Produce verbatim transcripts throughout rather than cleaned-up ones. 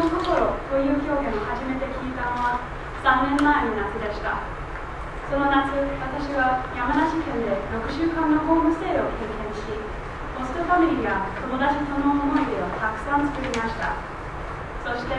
の心という表現を初めて聞いたのはさんねんまえの夏でした。その夏、私は山梨県でろくしゅうかんのホームステイを経験し、ホストファミリーや友達との思い出をたくさん作りました。そして、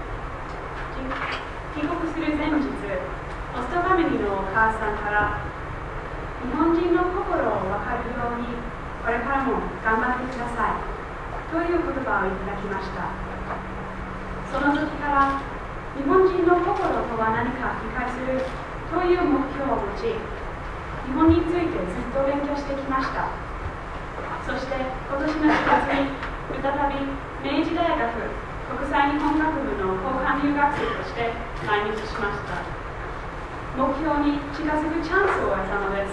帰国する前日、ホストファミリーのお母さんから、日本人の心を分かるように、これからも頑張ってください。という言葉をいただきました。その時から、日本人の心とは何か理解するという目標を持ち、日本についてずっと勉強してきました。そして今年のしがつに再び明治大学国際日本学部の交換留学生として来日しました。目標に近づくチャンスを得たのです。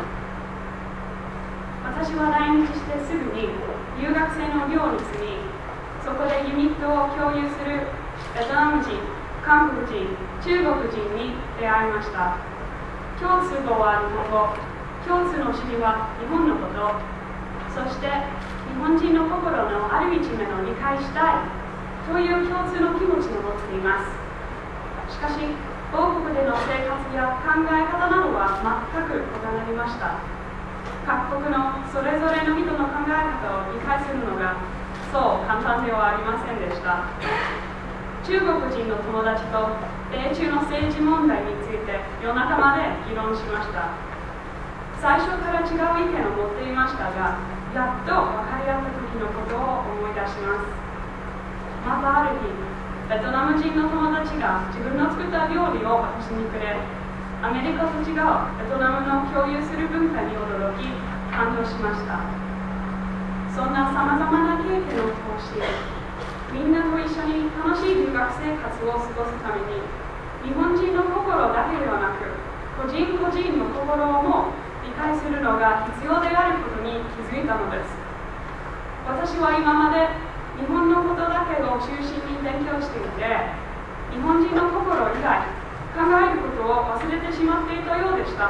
私は来日してすぐに留学生の寮に住み、そこでユニットを共有するベトナム人、韓国人、中国人に出会いました。共通語は日本語、共通の趣味は日本のこと、そして日本人の心のある一面を理解したいという共通の気持ちを持っています。しかし、母国での生活や考え方などは全く異なりました。各国のそれぞれの人の考え方を理解するのがそう簡単ではありませんでした。中国人の友達と米中の政治問題について夜中まで議論しました。最初から違う意見を持っていましたが、やっと分かり合った時のことを思い出します。またある日、ベトナム人の友達が自分の作った料理を私にくれ、アメリカと違うベトナムの共有する文化に驚き、感動しました。そんなさまざまな経験を通し、みんなと一緒に楽しい留学生活を過ごすために、日本人の心だけではなく、個人個人の心をも理解するのが必要であることに気づいたのです。私は今まで日本のことだけを中心に勉強していて、日本人の心以外、考えることを忘れてしまっていたようでした。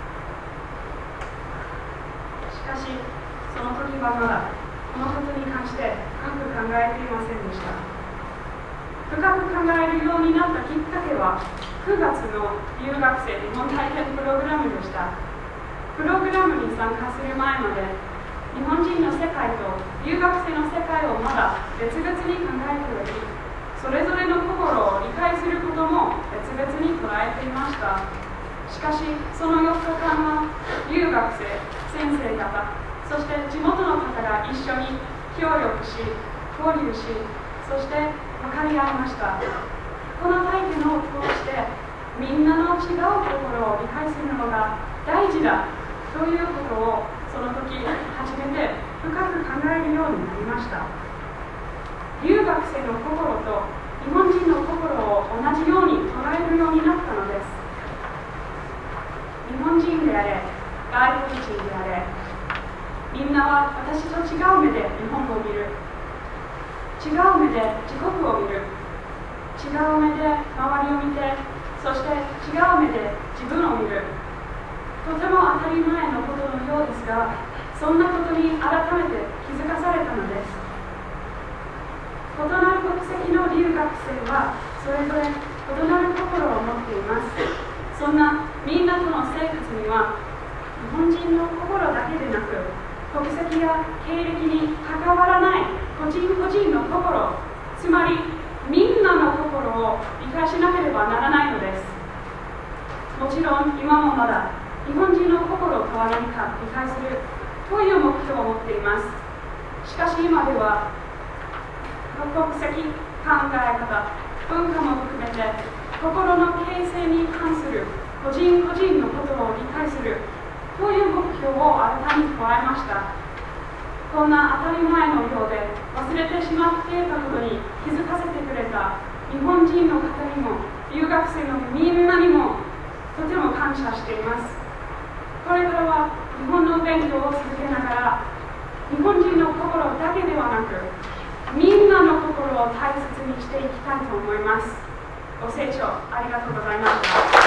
しかし、その時はまだこのことに関して深く考えていませんでした。深く考えるようになったきっかけはくがつの留学生日本体験プログラムでした。プログラムに参加する前まで日本人の世界と留学生の世界をまだ別々に考えており、それぞれの心を理解することも別々に捉えていました。しかしそのよっかかんは留学生、先生方、そして地元の方が一緒に協力し、交流し、そして分かり合いました。この体験を通して、みんなの違う心を理解するのが大事だということを、その時初めて深く考えるようになりました。留学生の心と日本人の心を同じように捉えるようになったのです。日本人であれ、外国人であれ、みんなは私と違う目で日本を見る。違う目で自国を見る。違う目で周りを見て、そして違う目で自分を見る。とても当たり前のことのようですが、そんなことに改めて気づかされたのです。異なる国籍の留学生はそれぞれ異なる心を持っています。そんなみんなとの生活には、日本人の心だけでなく、国籍や経歴に関わらない個人個人の心、つまりみんなの心を理解しなければならないのです。もちろん今もまだ日本人の心とは何か理解するという目標を持っています。しかし今では国籍、考え方、文化も含めて心の形成に関する個人個人のことを理解するという目標を新たに加えました。こんな当たり前のようで忘れてしまっていたことに気づかせてくれた日本人の方にも留学生のみんなにもとても感謝しています。これからは日本の勉強を続けながら、日本人の心だけではなく、みんなの心を大切にしていきたいと思います。ご清聴ありがとうございました。